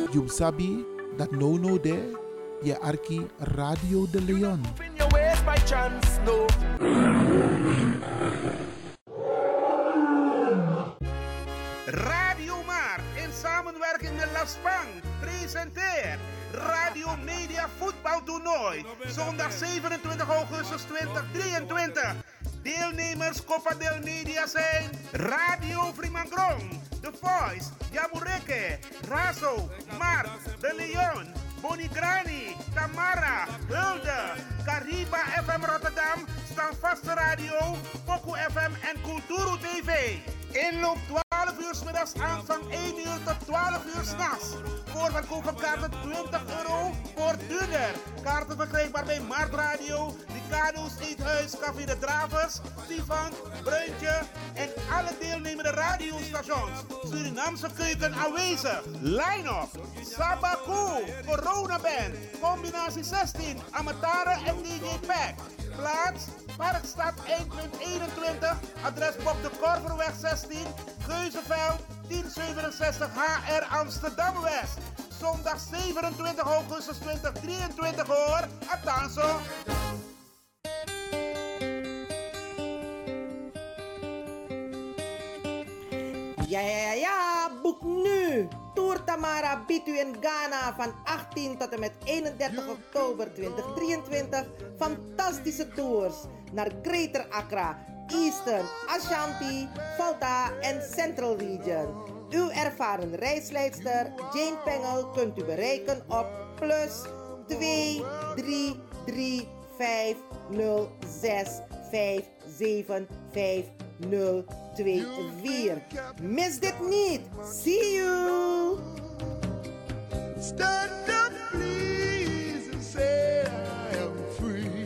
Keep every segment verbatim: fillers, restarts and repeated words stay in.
You sabi dat no no de je arki Radio de Leon. Radio Maar in samenwerking met La Spang presenteert Radio Media Voetbaltoernooi. Zondag zevenentwintig augustus tweeduizend drieëntwintig. Deelnemers Copa del Media zijn Radio Frimangrong, The Voice, Jabureke, Razo, Mark, De Leon, Bonigrani, Tamara, Hulde, Cariba F M Rotterdam, Standvaste Radio, Poku F M en Kulturu T V. Inloop twaalf uur 's middags, aanvang één uur tot twaalf uur 's nachts. Voorverkoop van kaarten twintig euro voor duurder. Kaarten verkrijgbaar bij Marktradio, Ricardo's Eethuis, Café de Dravers, Stefan, Bruintje en alle deelnemende radiostations. Surinaamse keuken aanwezig. Line-up: Sabaku, Corona Band, Combinatie zestien, Amatare en D J Pack. Plaats: Parkstad Eindpunt eenentwintig, adres Bob de Korverweg zestien, Geuzenveld tien zevenenzestig H R Amsterdam West. Zondag zevenentwintig augustus tweeduizend drieëntwintig hoor. Atanso. Ja, ja, ja, ja, boek nu! Tour Tamara biedt u in Ghana van achttien tot en met eenendertig oktober tweeduizend drieëntwintig fantastische tours naar Greater Accra, Eastern, Ashanti, Volta en Central Region. Uw ervaren reisleidster Jane Pengel kunt u bereiken op plus twee drie drie vijf nul zes vijf zeven vijf nul twee vier. Mis dit niet. See you. Stand up, please, and say I am free.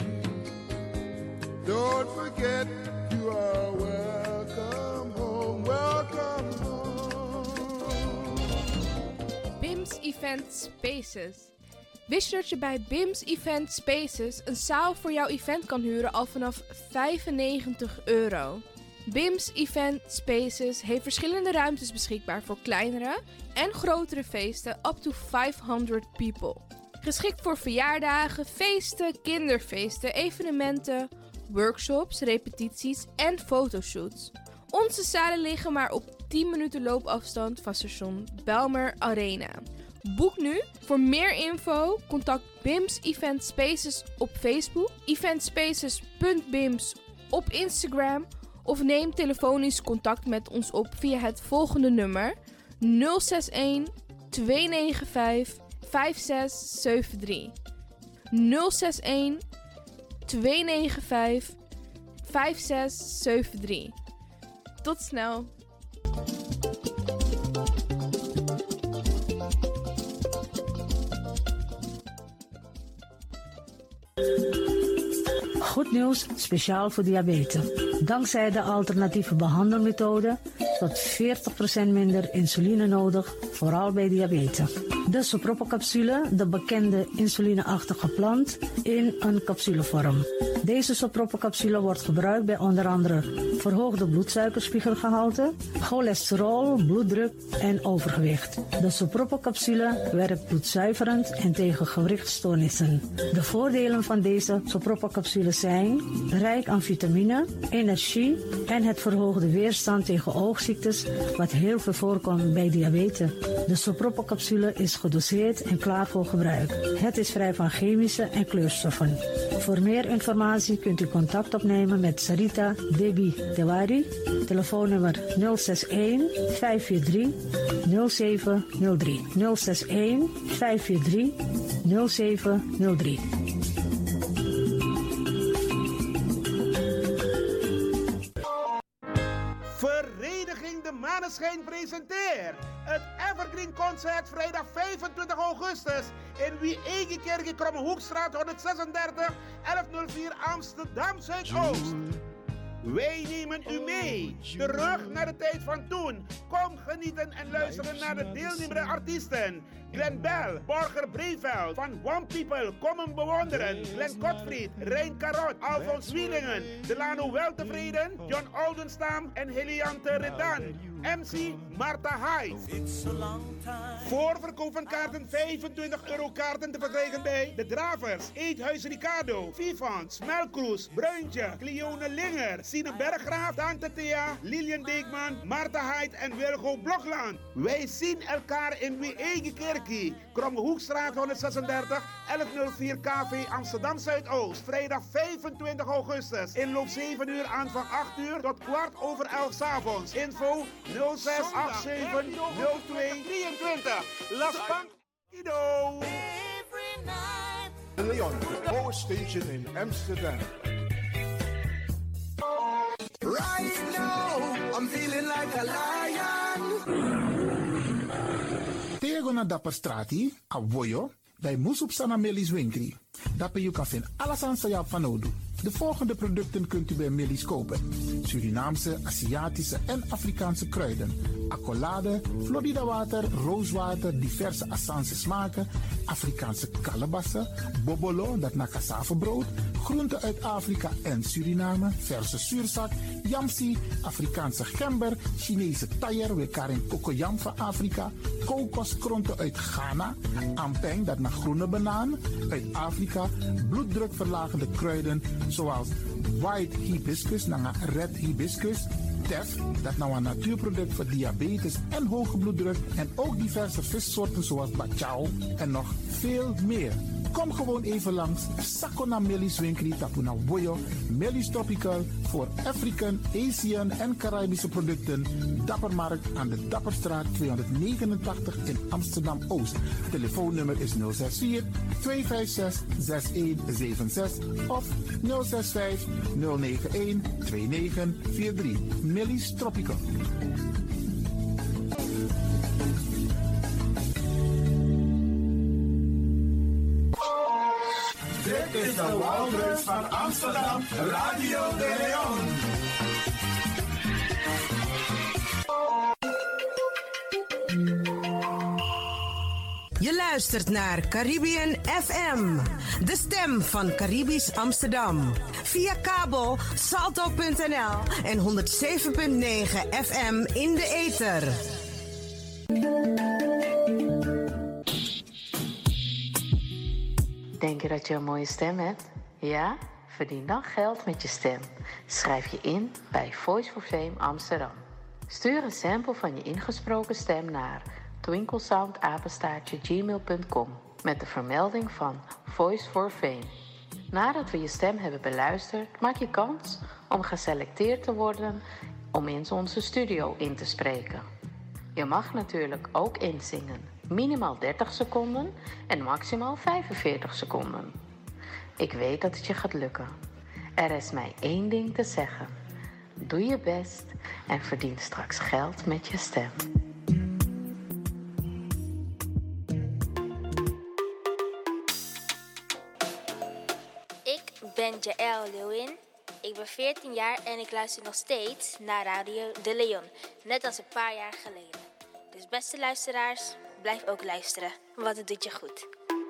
Don't forget you are welcome home, welcome home. B I M S Event Spaces. Wist je dat je bij B I M S Event Spaces een zaal voor jouw event kan huren al vanaf vijfennegentig euro? B I M S Event Spaces heeft verschillende ruimtes beschikbaar voor kleinere en grotere feesten up to vijfhonderd people. Geschikt voor verjaardagen, feesten, kinderfeesten, evenementen, workshops, repetities en fotoshoots. Onze zalen liggen maar op tien minuten loopafstand van station Belmer Arena. Boek nu. Voor meer info contact B I M S Event Spaces op Facebook, eventspaces punt bims op Instagram of neem telefonisch contact met ons op via het volgende nummer nul zes een twee negen vijf vijf zes zeven drie. nul zes een twee negen vijf vijf zes zeven drie. Tot snel. Goed nieuws, speciaal voor diabetes. Dankzij de alternatieve behandelmethode tot veertig procent minder insuline nodig, vooral bij diabetes. De Sopropo-capsule, de bekende insulineachtige plant, in een capsulevorm. Deze Sopropo-capsule wordt gebruikt bij onder andere verhoogde bloedsuikerspiegelgehalte, cholesterol, bloeddruk en overgewicht. De Sopropo-capsule werkt bloedzuiverend en tegen gewrichtstoornissen. De voordelen van deze Sopropo-capsule zijn rijk aan vitamine, energie en het verhoogde weerstand tegen oogziektes, wat heel veel voorkomt bij diabetes. De Sopropo-capsule is gedoseerd en klaar voor gebruik. Het is vrij van chemische en kleurstoffen. Voor meer informatie kunt u contact opnemen met Sarita Debi Dewari. Telefoonnummer nul zes een vijf vier drie nul zeven nul drie. nul zes een vijf vier drie nul zeven nul drie. Vereniging De Maneschijn presenteert het Evergreen Concert vrijdag vijfentwintig augustus in Wie-Egekerk in Krommehoekstraat honderdzesendertig, elfhonderdvier Amsterdam Zuidoost. Wij nemen u mee, terug naar de tijd van toen. Kom genieten en luisteren naar de deelnemende artiesten. Glenn Bell, Borger Breveld, van One People, kom hem bewonderen. Glenn Gottfried, Rein Karot, Alfons Wielingen, Delano Weltevreden, John Oldenstam en Heliante Redan. M C Marta Hyde. Voorverkoop van kaarten vijfentwintig euro kaarten te verkrijgen bij De Dravers, Eethuis Ricardo, Vivans, Melkroes, Bruintje, Cleone Linger, Sine Berggraaf, Tante Thea, Lilian Deekman, Marta Hyde en Wilgo Blokland. Wij zien elkaar in Wiegekerkie, Krommehoekstraat honderdzesendertig, elfhonderdvier K V Amsterdam Zuidoost. Vrijdag vijfentwintig augustus. Inloop zeven uur aan van acht uur tot kwart over elf 's avonds. Info nul zes acht zeven nul twee drieëntwintig. Las Bankido. Leon, the power station in Amsterdam. Right now, I'm feeling like a lion. Tego na dapper strati, a voyo, bij Moesop Sana Melis Winkri. Dapper you kan vinden alles aan Sayap van Odu. De volgende producten kunt u bij Melis kopen: Surinaamse, Aziatische en Afrikaanse kruiden, accolade, Florida water, rooswater, diverse Assange smaken, Afrikaanse kalebassen, bobolo, dat na cassavebrood, groenten uit Afrika en Suriname, verse zuurzak, yamsi, Afrikaanse gember, Chinese taier, we karen kokoyam van Afrika, kokoskronten uit Ghana, ampeng, dat na groene banaan, uit Afrika, bloeddrukverlagende kruiden zoals white hibiscus, na red hibiscus, tef, dat nou een natuurproduct voor diabetes en hoge bloeddruk, en ook diverse vissoorten zoals bachao en nog veel meer. Kom gewoon even langs Sakona Melis Winkri Tapuna Boyo, Melis Tropical voor African, Asian en Caribische producten. Dappermarkt aan de Dapperstraat tweehonderdnegenentachtig in Amsterdam Oost. Telefoonnummer is nul zes vier twee vijf zes zes een zeven zes of nul zes vijf nul negen een twee negen vier drie. Melis Tropical. Dit is de Wouders van Amsterdam, Radio de Leon. Je luistert naar Caribbean F M, de stem van Caribisch Amsterdam. Via kabel salto punt n l en honderd zeven punt negen F M in de ether. Denk je dat je een mooie stem hebt? Ja? Verdien dan geld met je stem. Schrijf je in bij Voice for Fame Amsterdam. Stuur een sample van je ingesproken stem naar twinklesoundapenstaartje gmail punt com met de vermelding van Voice for Fame. Nadat we je stem hebben beluisterd, maak je kans om geselecteerd te worden om in onze studio in te spreken. Je mag natuurlijk ook inzingen. Minimaal dertig seconden en maximaal vijfenveertig seconden. Ik weet dat het je gaat lukken. Er is mij één ding te zeggen. Doe je best en verdien straks geld met je stem. Ik ben Jaël Leeuwin. Ik ben veertien jaar en ik luister nog steeds naar Radio de Leon. Net als een paar jaar geleden. Dus beste luisteraars, blijf ook luisteren, want het doet je goed.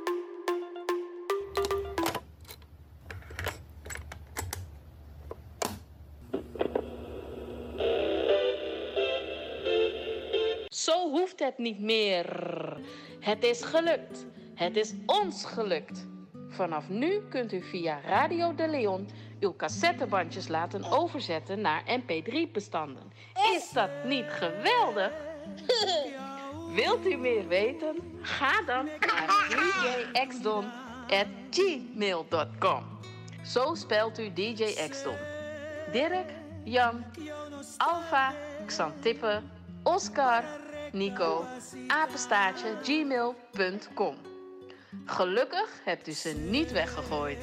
Zo hoeft het niet meer. Het is gelukt. Het is ons gelukt. Vanaf nu kunt u via Radio de Leon uw cassettebandjes laten overzetten naar M P drie bestanden. Is dat niet geweldig? Wilt u meer weten? Ga dan naar d j x don at gmail dot com. Zo spelt u D J X-Don. Dirk, Jan, Alpha, Xantippe, Oscar, Nico, apenstaartje gmail punt com. Gelukkig hebt u ze niet weggegooid.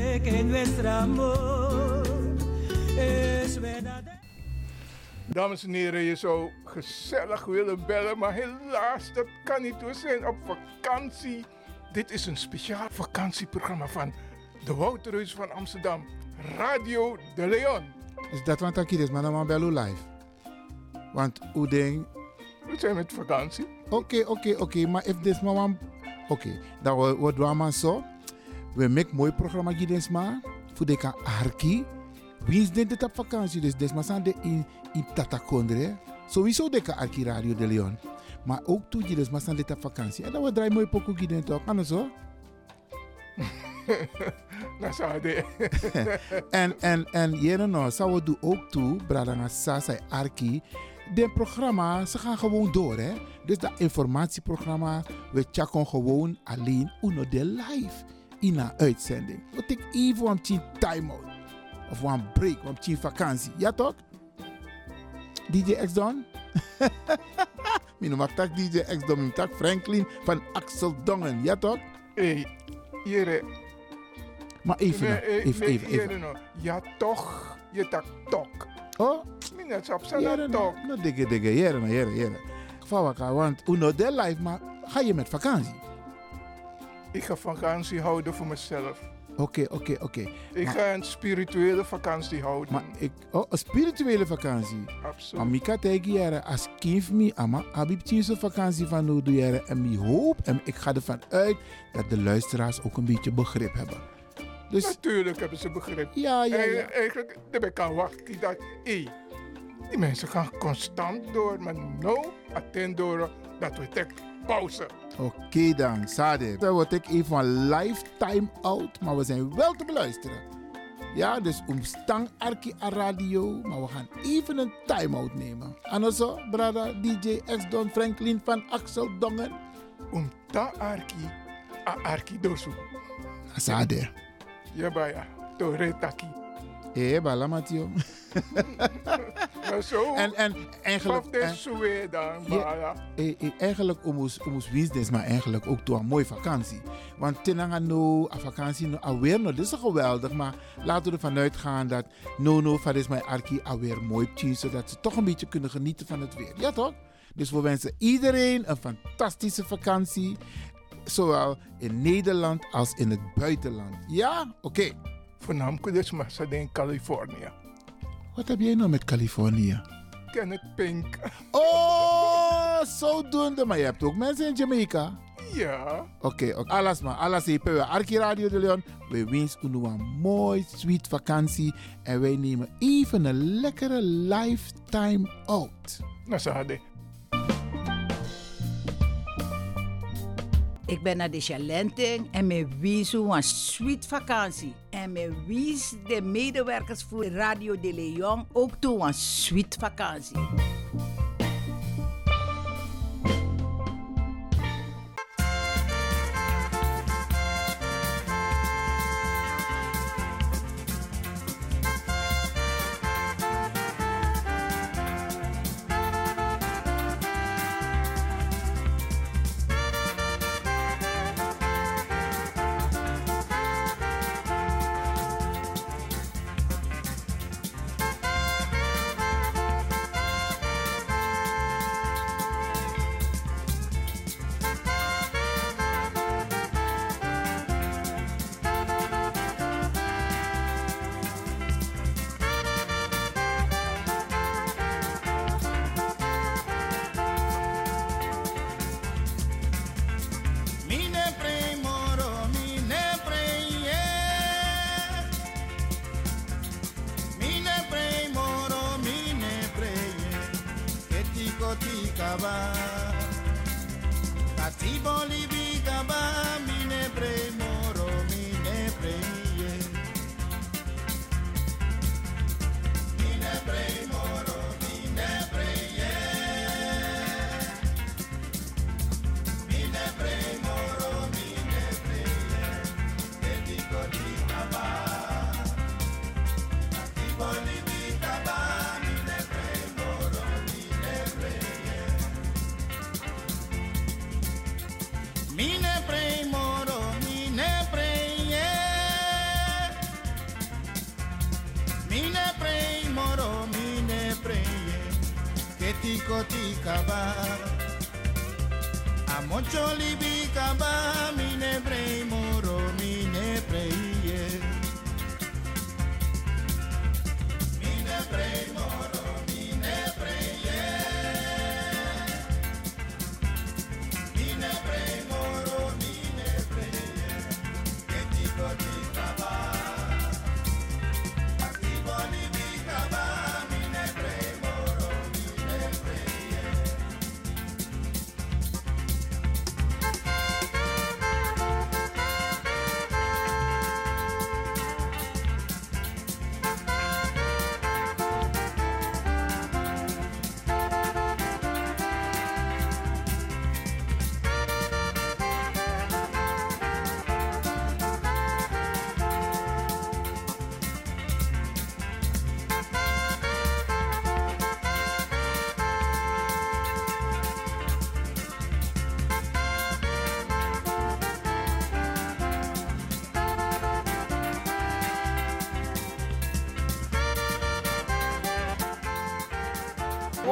Dames en heren, je zou gezellig willen bellen, maar helaas, dat kan niet. We zijn op vakantie. Dit is een speciaal vakantieprogramma van de Wouterhuis van Amsterdam, Radio de Leon. Is dat wat ik is, maar dan bel u live. Want hoe denk... We zijn met vakantie. Oké, okay, oké, okay, oké, okay. Maar if dit maar... Oké, okay. Dan wordt we maar zo. We maken mooi programma hier maar. Voor de Arki. Wie is dit op vakantie? Dus dit maar zijn de in in Tatakondre. Sowieso de Arki Radio de Leon. Maar ook toe je dus maar staan dit op vakantie. En dan wordt draai mooi pokoe gieden toch? Kan het zo? Dat zou de. En en en jere nou, zou we doen ook toe, Bradanga Sasa Arki. De programma, ze gaan gewoon door, hè. Dus dat informatieprogramma, we checken gewoon alleen uno de live in een uitzending. We take even een time-out. Of een break, een vakantie. Ja toch? D J X-Don? Ik noem maar D J X-Don, ik tak Franklin van Axel Dongen. Ja toch? Hé, jere. Maar even, nee, even, even, nee, even. even. Jere, no. Ja toch, je tak tok. Oh? Minus op zijn tok. Nou, dikke, dikke, jere, nou, jere, jere. Vawaka, want uno de live, maar ga je met vakantie? Ik ga vakantie houden voor mezelf. Oké, okay, oké, okay, oké. Okay. Ik maar, ga een spirituele vakantie houden. Maar ik, oh, een spirituele vakantie? Absoluut. Maar ik kan tegen jaren, als kind me, ama, heb ik een vakantie van nu doen jaren. En ik hoop, en ik ga ervan uit, dat de luisteraars ook een beetje begrip hebben. Dus, natuurlijk hebben ze begrip. Ja, ja, ja. Eigenlijk, heb ik kan wachten dat, hey, die mensen gaan constant door, maar no, attend door, dat we tek pauze. Oké okay dan, Sade. Dan word ik even een lifetime out, maar we zijn wel te beluisteren. Ja, dus omstang Arki a radio, maar we gaan even een time-out nemen. En also, brada D J X-Don Franklin van Axel Dongen. Omstang Arki a Arki dosu. Sade. Ja, baya. Tore taki. Eh, bala Matio. Zo. En, en eigenlijk. Of de Suwe dan, bala. Ja, eh, eigenlijk omus omus business, maar eigenlijk ook toe een mooie vakantie. Want tenanga no, a vakantie no, alweer no, dit is geweldig, maar laten we ervan uitgaan dat no no, van is mijn Arki alweer mooi tjie, zodat ze toch een beetje kunnen genieten van het weer. Ja toch? Dus we wensen iedereen een fantastische vakantie. Zowel in Nederland als in het buitenland. Ja? Oké. Okay. Voornamelijk dus maar ze in Californië. Wat heb jij nou met Californië? Kenneth Pink. Oh, zodoende. Maar je hebt ook mensen in Jamaica? Ja. Oké, okay, okay. Alles maar. Alles even. We Arki Radio de Leon. We wensen u een mooi, sweet vakantie. En wij nemen even een lekkere lifetime out. Nou, Sade. Ik ben naar de Chalenting en me wies een sweet vakantie. En me wies de medewerkers voor Radio de Leon ook toe een sweet vakantie.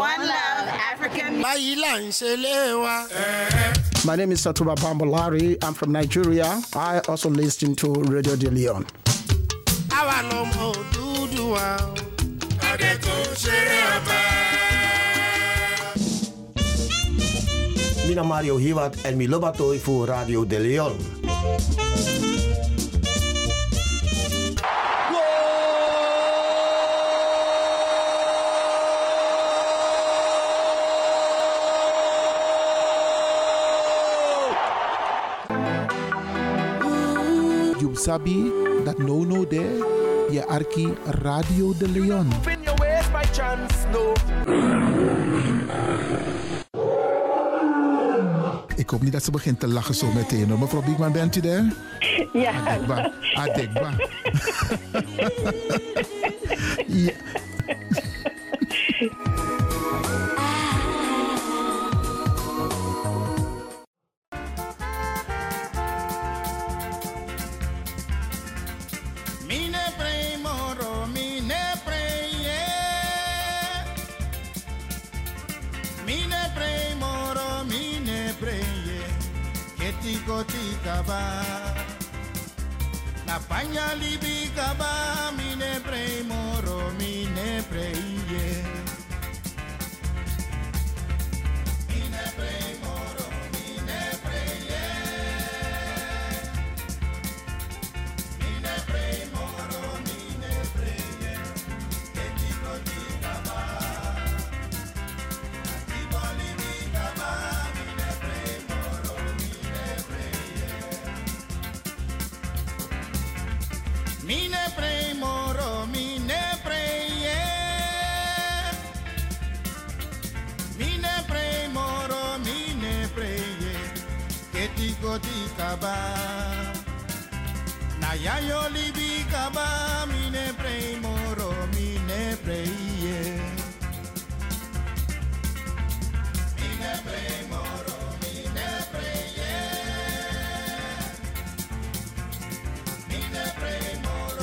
One Love African. My name is Satuba Bambolari. I'm from Nigeria. I also listen to Radio De Leon. Mina Mario Hiwat en mi lobatoi voor Radio De Leon. You sabi that no no there, je arki Radio De Leon. Ik hoop niet dat ze begint te lachen zo meteen. Hoor. Mevrouw Biekman, bent u daar? Ja. Adekba. Adekba. Ja. Na panya libi kaba mine prei moro mine prei mine prei moro mine prei mine prei moro mine prei che dico di kaba ti voli di kaba mine prei moro mine prei mine prei moro mine prei mine prei moro mine prei che ti godi kaba na ya yo libi kaba mine prei moro mine prei mine prei moro mine prei mine prei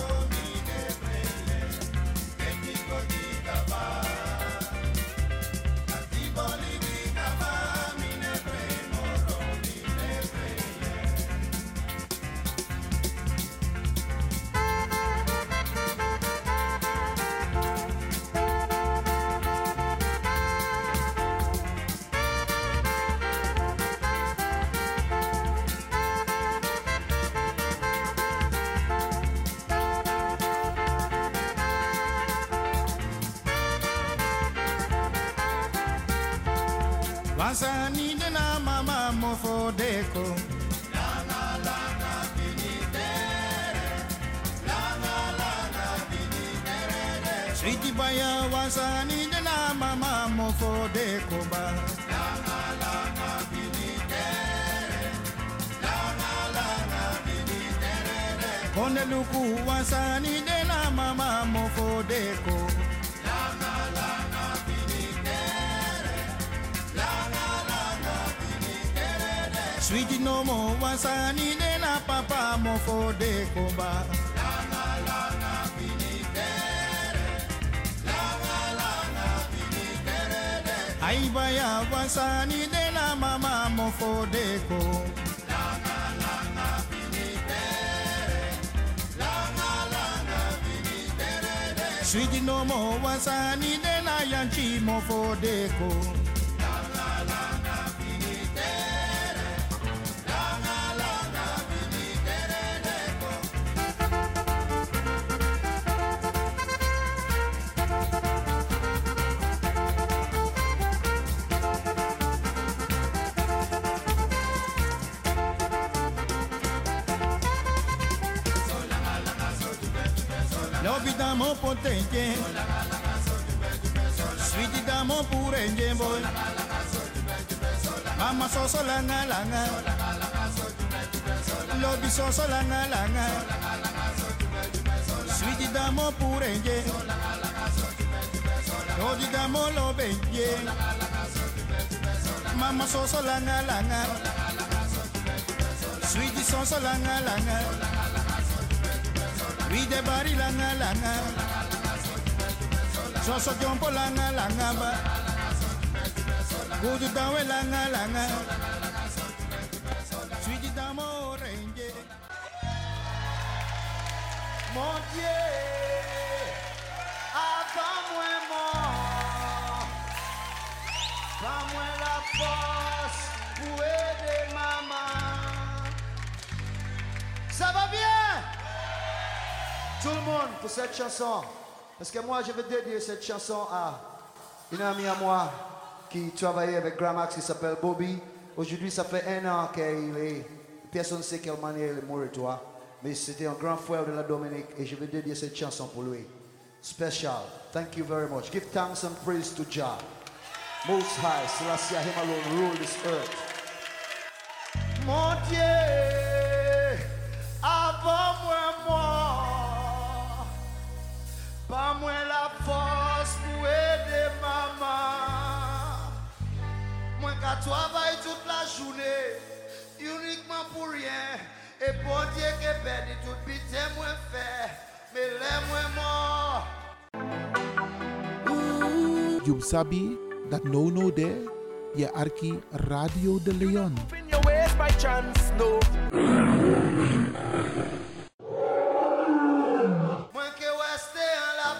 Wasani de na mama mofo deko langa langa binitere langa langa binitere Sweetie baya wasani de na mama mofo deko ba langa langa binitere langa langa binitere Kone luku wasani de na mama mofo deko langa langa Sweetie no mo wasani de na papa mo fo de koba langa langa binitere langa langa binitere Ai baya wasani de na mama mo fo de ko langa langa binitere langa langa binitere Sweetie no mo wasani de na yanchi mo fo de ko Damo potente, sweetie damo pure boy. Mama so so langa langa, lobby so so langa langa, sweetie damo pure lobby damo lo benje. Mama so so langa langa, sweetie so so langa langa. We de bari langa langa, so so jumpo langa langa ba. Go to dawe langa langa. Sweetie damo renje. Mon Dieu, avant-moi mort, pas-moi la force pour aider maman. Ça va bien? Tout le monde pour cette chanson. Parce que moi, je vais dédier cette chanson à une amie à moi qui travaillait avec Gramax qui s'appelle Bobby. Aujourd'hui, ça fait un an qu'il est. Personne ne sait quelle manière il est mort, toi. Mais c'était un grand frère de la Dominique et je vais dédier cette chanson pour lui. Special. Thank you very much. Give thanks and praise to Jah. Most High, Selassie, him alone rule this earth. Mon Dieu, avant-moi mort, pas moi la force pour aider maman. Moi qui travaille toute la journée, uniquement pour rien. Et bon Dieu qui perdu tout pitié moins fait, mais les moins mort. You sabi that no no there, je arki Radio de Leon. Your ways by chance, no. Moi qui reste en la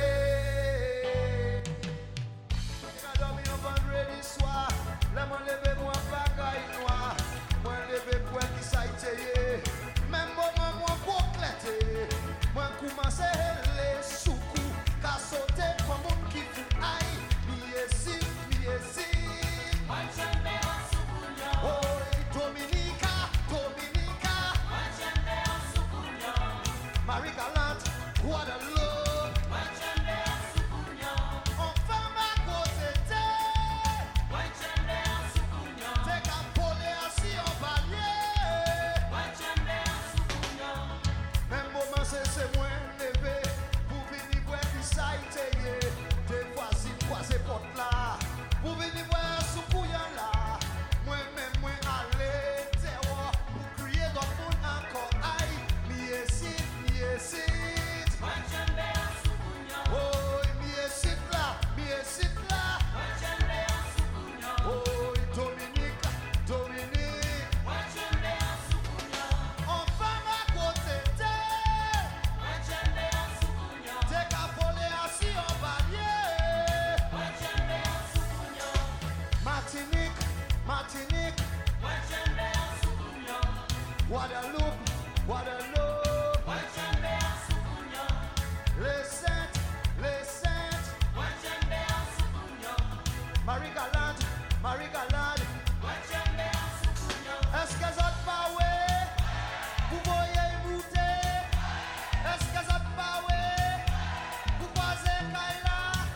paix. Quand dormi un vendredi soir, là moi levé moi bagaille noir, moi levé pour qui ça été. Même moment moi complète, moi commencé les soukou, qu'a sauté comme un qui fout aïe, miesi, miesi. Moi j'aime en soukounion. Oh, Dominica, Dominica. Moi j'aime en soukounion. Marie Galante, Guadeloupe. Moi j'aime en soukounion. Enfin ma côté t'es. Moi j'aime en soukounion. T'es qu'à voler assis en palier. Moi j'aime en soukounion. Même moment c'est c'est moins levé. Pour venir voir qui ça a été. Des fois si quoi c'est porte là. Pour venir voir soukouyan là. Moi-même moi aller terroir. Pour crier dans le monde encore. Aïe, mi essaye, mi essaye. Moi j'aime en soukounion. Oh, mi essaye là, mi essaye là. Moi j'aime en soukounion. Oh, Dominique, Dominique. Moi j'aime en soukounion. Enfin ma côté t'es. Moi j'aime en soukounion. T'es qu'à voler assis en palier. Moi j'aime en soukounion. Martinique, Martinique. Moi j'aime en soukounion. Guadeloupe, Guadeloupe. Moi j'aime en soukounion. Les Saintes, les Saintes. Moi j'aime en soukounion. Marie Galante, Marie Galante. Moi j'aime en soukounion. Est-ce que ça te va, ouais? Vous voyez bouter? Est-ce que ça te va, ouais? Vous passez Kaila?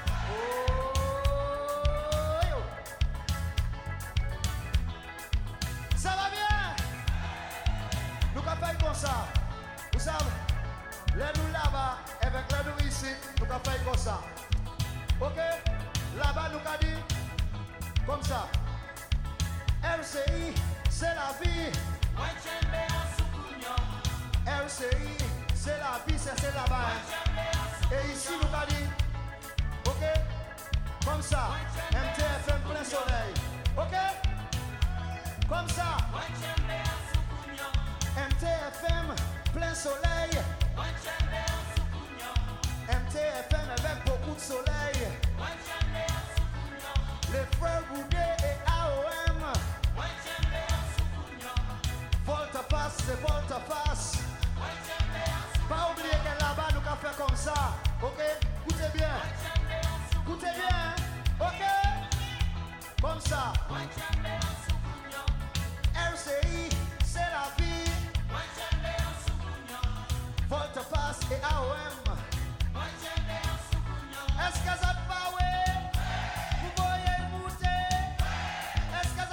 Oh, yo. Ça va bien? Nous avons fait comme ça. Vous savez, les nous là-bas, avec les nous ici, nous avons fait comme ça. Ok? Là-bas, nous avons dit comme ça. R C I, c'est la vie. Moi j'aime en soukounion. R C I, c'est la vie, c'est c'est là-bas. Et ici, nous avons dit, ok? Comme ça. M T F M plein soleil. Ok? Comme ça. M T F M plein soleil. M T F M avec beaucoup de soleil. Les frères Boudet et A O M. Volte-face, c'est volte-face. Pas oublier que là-bas nous avons fait comme ça. Ok? Écoutez bien. Écoutez bien. Ok? Comme ça. R C I, c'est la vie. Volte-face et A O M. Est-ce que ça te va, ouais? Vous voyez bouter? Est-ce que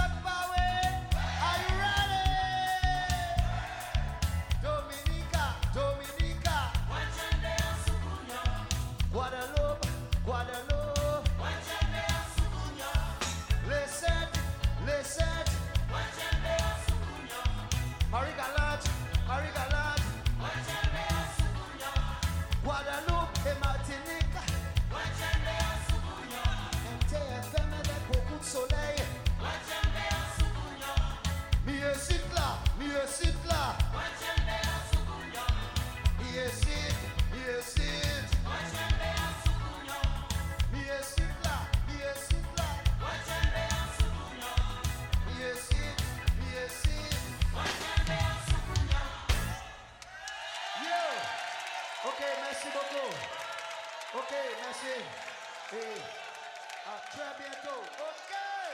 Ok, merci. Et à très bientôt. Ok.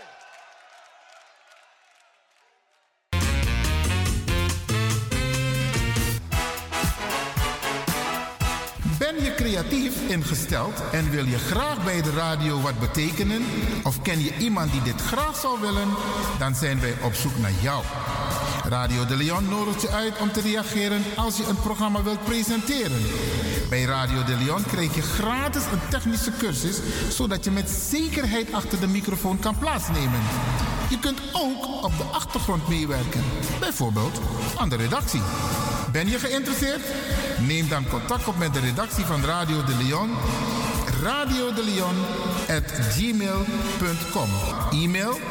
Ben je creatief ingesteld en wil je graag bij de radio wat betekenen? Of ken je iemand die dit graag zou willen? Dan zijn wij op zoek naar jou. Radio de Leon nodigt je uit om te reageren als je een programma wilt presenteren. Bij Radio de Leon krijg je gratis een technische cursus, zodat je met zekerheid achter de microfoon kan plaatsnemen. Je kunt ook op de achtergrond meewerken, bijvoorbeeld aan de redactie. Ben je geïnteresseerd? Neem dan contact op met de redactie van Radio de Leon. radio de leon at gmail punt com. E-mail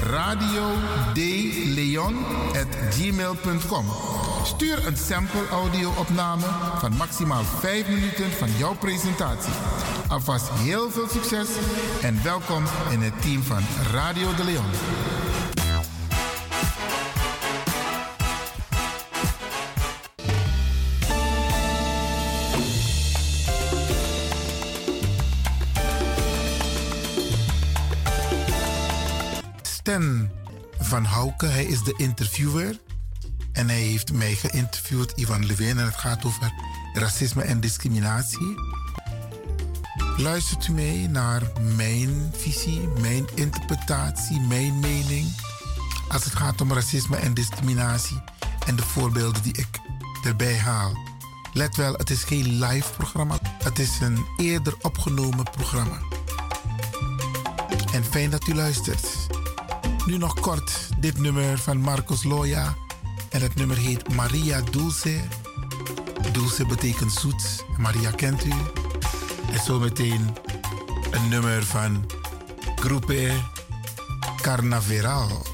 radiodeleon at gmail punt com. Stuur een sample audio-opname van maximaal vijf minuten van jouw presentatie. Alvast heel veel succes en welkom in het team van Radio de Leon. Stan van Houke, hij is de interviewer. En hij heeft mij geïnterviewd, Ivan Levin. En het gaat over racisme en discriminatie. Luistert u mee naar mijn visie, mijn interpretatie, mijn mening. Als het gaat om racisme en discriminatie. En de voorbeelden die ik erbij haal. Let wel, het is geen live programma. Het is een eerder opgenomen programma. En fijn dat u luistert. Nu nog kort dit nummer van Marcos Loya. En het nummer heet Maria Dulce. Dulce betekent zoet. Maria kent u. En zometeen een nummer van Grupo Carnaveral.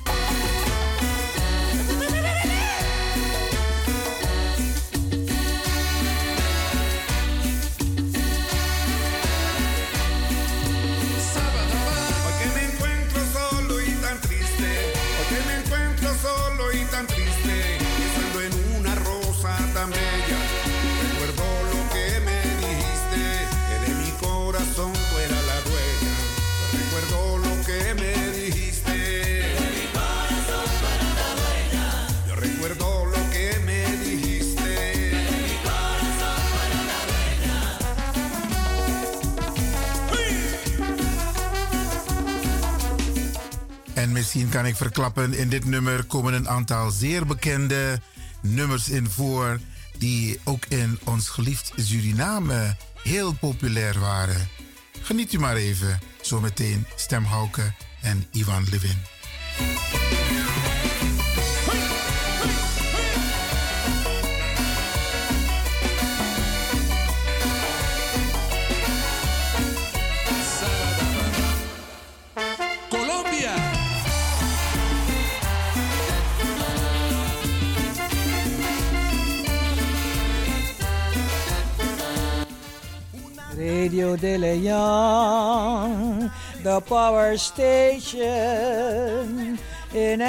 Misschien kan ik verklappen, in dit nummer komen een aantal zeer bekende nummers in voor die ook in ons geliefd Suriname heel populair waren. Geniet u maar even, zometeen Stem Houke en Ivan Levin. Radio de Leon, the power station in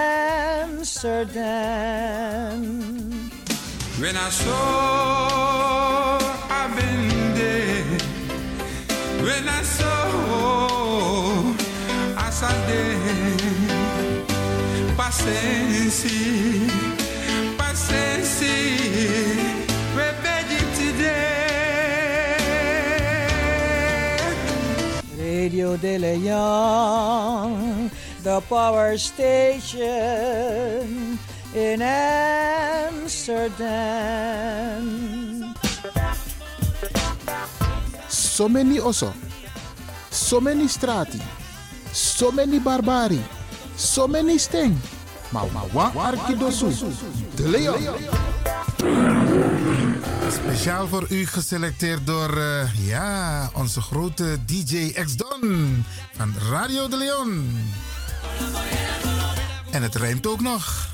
Amsterdam. When I saw I've been there, when I saw I saw there, paciência, paciência, we're begging today. Radio de Leon, the power station in Amsterdam. So many oso, so many strati, so many barbari, so many sting. Maar wa arkidosu, de Leon. Speciaal voor u geselecteerd door uh, ja, onze grote D J X-Don van Radio de Leon. En het rijmt ook nog.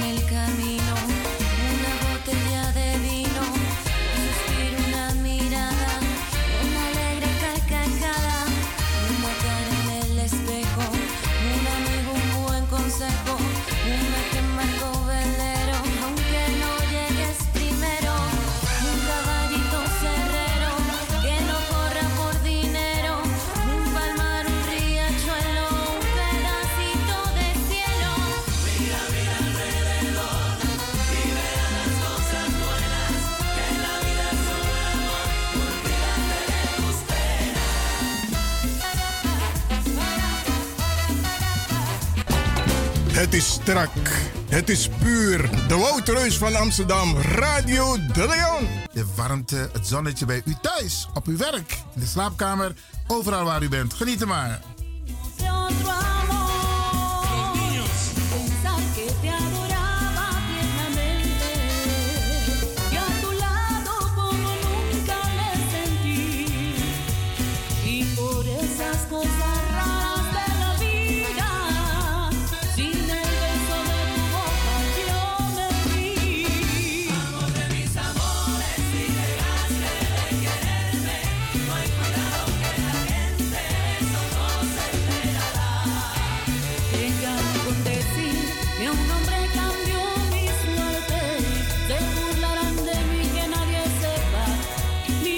el camino, una botella de vino, un suspiro, una mirada, una alegre carcajada, una cara en el espejo, un amigo, un buen consejo, una que marcó velero, aunque no llegues primero, un caballito cerrero que no corra por dinero, un palmar, un riachuelo, un pedacito de cielo. Mira, mira alrededor y vea las cosas buenas, que la vida es un amor, olvídate de tus Het is strak, het is puur. De Woutreus van Amsterdam, Radio De Leon. De warmte, het zonnetje bij u thuis, op uw werk, in de slaapkamer, overal waar u bent. Geniet er maar. Pensar que te adoraba tiernamente, que a tu lado como nunca me sentí, y por esas cosas raras de la vida, sin el beso de tu boca yo me fui. Amor de mis amores, si dejaste de quererme, no hay cuidado que la gente eso no se enterará. Llegaron con decir que un hombre cambió mi suerte, se burlarán de mí, que nadie sepa ni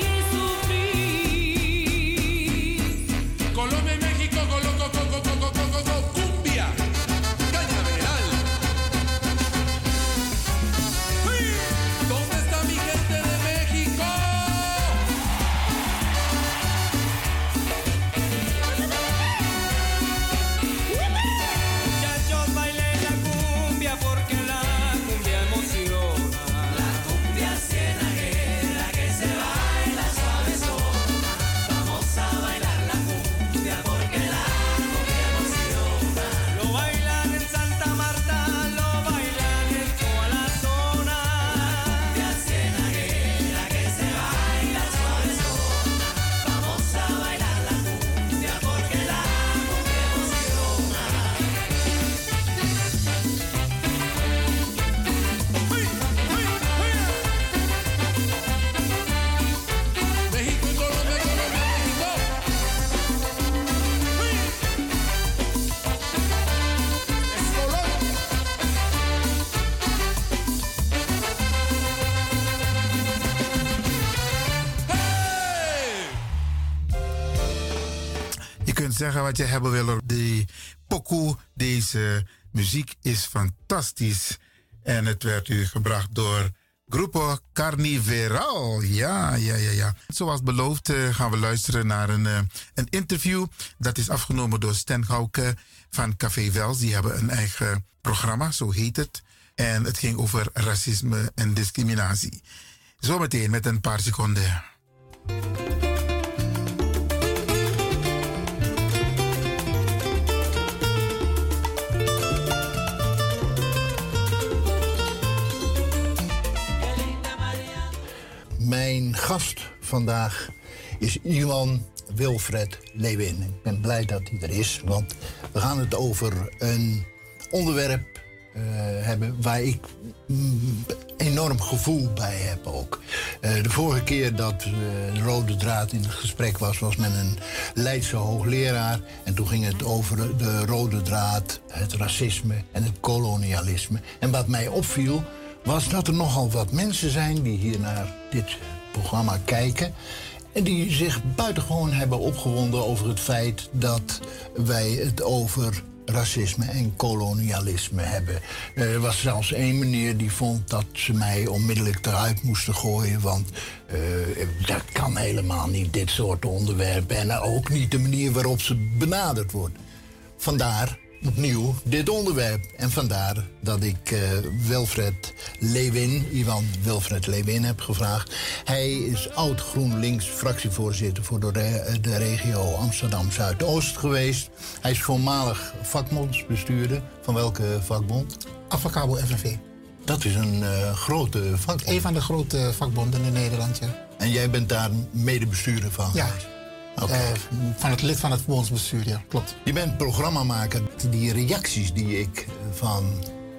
sufrir. Colombia y México, colo, co, co, co, co, co, co, co, cumbia, cañaveral. ¡Uy! ¿Dónde está mi gente de México? Muchachos, bailen la cumbia porque la cumbia emociona. La cumbia cienagera que se baila suavezona. Vamos a bailar la cumbia porque la cumbia emociona. Lo bailan en Santa Marta, lo bailan en toda la zona. La cumbia cienagera que se baila suavezona. Vamos a bailar la cumbia porque la cumbia emociona. México y Colombia, Colombia, México. Es Colombia. Je kunt zeggen wat je hebben wil. De pokoe, deze muziek is fantastisch. En het werd u gebracht door Grupo Carniveral. Ja, ja, ja, ja. Zoals beloofd eh, gaan we luisteren naar een, eh, een interview. Dat is afgenomen door Sten Gauke van Café Wels. Die hebben een eigen programma, zo heet het. En het ging over racisme en discriminatie. Zometeen met een paar seconden. Mijn gast vandaag is Iwan Wilfred Lewin. Ik ben blij dat hij er is, want we gaan het over een onderwerp uh, hebben waar ik mm, enorm gevoel bij heb ook. Uh, de vorige keer dat uh, de rode draad in het gesprek was, was met een Leidse hoogleraar. En toen ging het over de rode draad, het racisme en het kolonialisme. En wat mij opviel, was dat er nogal wat mensen zijn die hier naar dit programma kijken en die zich buitengewoon hebben opgewonden over het feit dat wij het over racisme en kolonialisme hebben. Er was zelfs één meneer die vond dat ze mij onmiddellijk eruit moesten gooien, want uh, dat kan helemaal niet, dit soort onderwerpen, en ook niet de manier waarop ze benaderd wordt. Vandaar opnieuw dit onderwerp. En vandaar dat ik uh, Wilfred Lewin, Iwan Wilfred Lewin, heb gevraagd. Hij is oud GroenLinks fractievoorzitter voor de, re- de regio Amsterdam Zuidoost geweest. Hij is voormalig vakbondsbestuurder. Van welke vakbond? Avacabo F N V. Dat is een uh, grote vakbond. Een van de grote vakbonden in Nederland, ja. En jij bent daar medebestuurder van? Ja. Okay. Uh, van het lid van het bondsbestuur, ja, klopt. Je bent programmamaker. Die reacties die ik van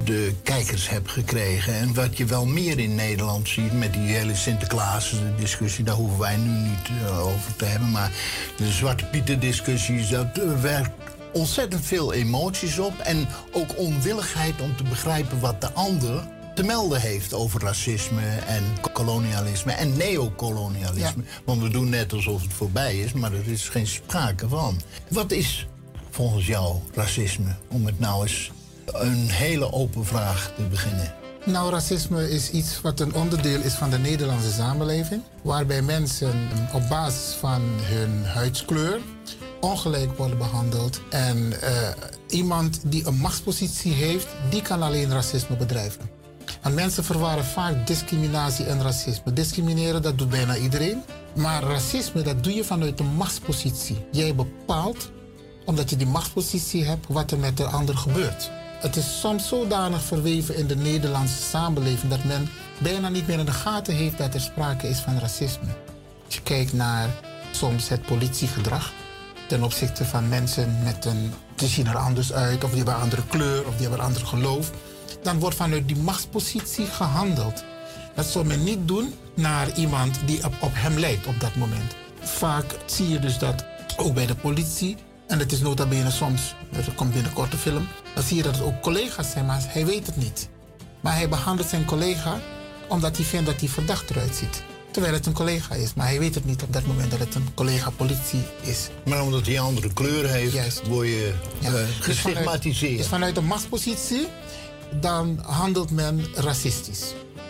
de kijkers hebt gekregen. En wat je wel meer in Nederland ziet met die hele Sinterklaas-discussie, daar hoeven wij nu niet uh, over te hebben. Maar de Zwarte Pieter-discussies, dat uh, werkt ontzettend veel emoties op. En ook onwilligheid om te begrijpen wat de ander te melden heeft over racisme en kolonialisme en neocolonialisme. Ja. Want we doen net alsof het voorbij is, maar er is geen sprake van. Wat is volgens jou racisme? Om het nou eens een hele open vraag te beginnen. Nou, racisme is iets wat een onderdeel is van de Nederlandse samenleving. Waarbij mensen op basis van hun huidskleur ongelijk worden behandeld. En uh, iemand die een machtspositie heeft, die kan alleen racisme bedrijven. Want mensen verwarren vaak discriminatie en racisme. Discrimineren, dat doet bijna iedereen. Maar racisme, dat doe je vanuit een machtspositie. Jij bepaalt, omdat je die machtspositie hebt, wat er met de ander gebeurt. Het is soms zodanig verweven in de Nederlandse samenleving dat men bijna niet meer in de gaten heeft dat er sprake is van racisme. Als je kijkt naar soms het politiegedrag ten opzichte van mensen met een, die zien er anders uit, of die hebben een andere kleur, of die hebben een ander geloof, dan wordt vanuit die machtspositie gehandeld. Dat zou men niet doen naar iemand die op, op hem lijkt op dat moment. Vaak zie je dus dat ook bij de politie, en het is nota bene soms, er komt binnenkort een film, dan zie je dat het ook collega's zijn, maar hij weet het niet. Maar hij behandelt zijn collega omdat hij vindt dat hij verdacht eruit ziet. Terwijl het een collega is, maar hij weet het niet op dat moment dat het een collega politie is. Maar omdat hij een andere kleur heeft, Juist. word je ja. uh, gestigmatiseerd. Dus vanuit, dus vanuit een machtspositie, dan handelt men racistisch.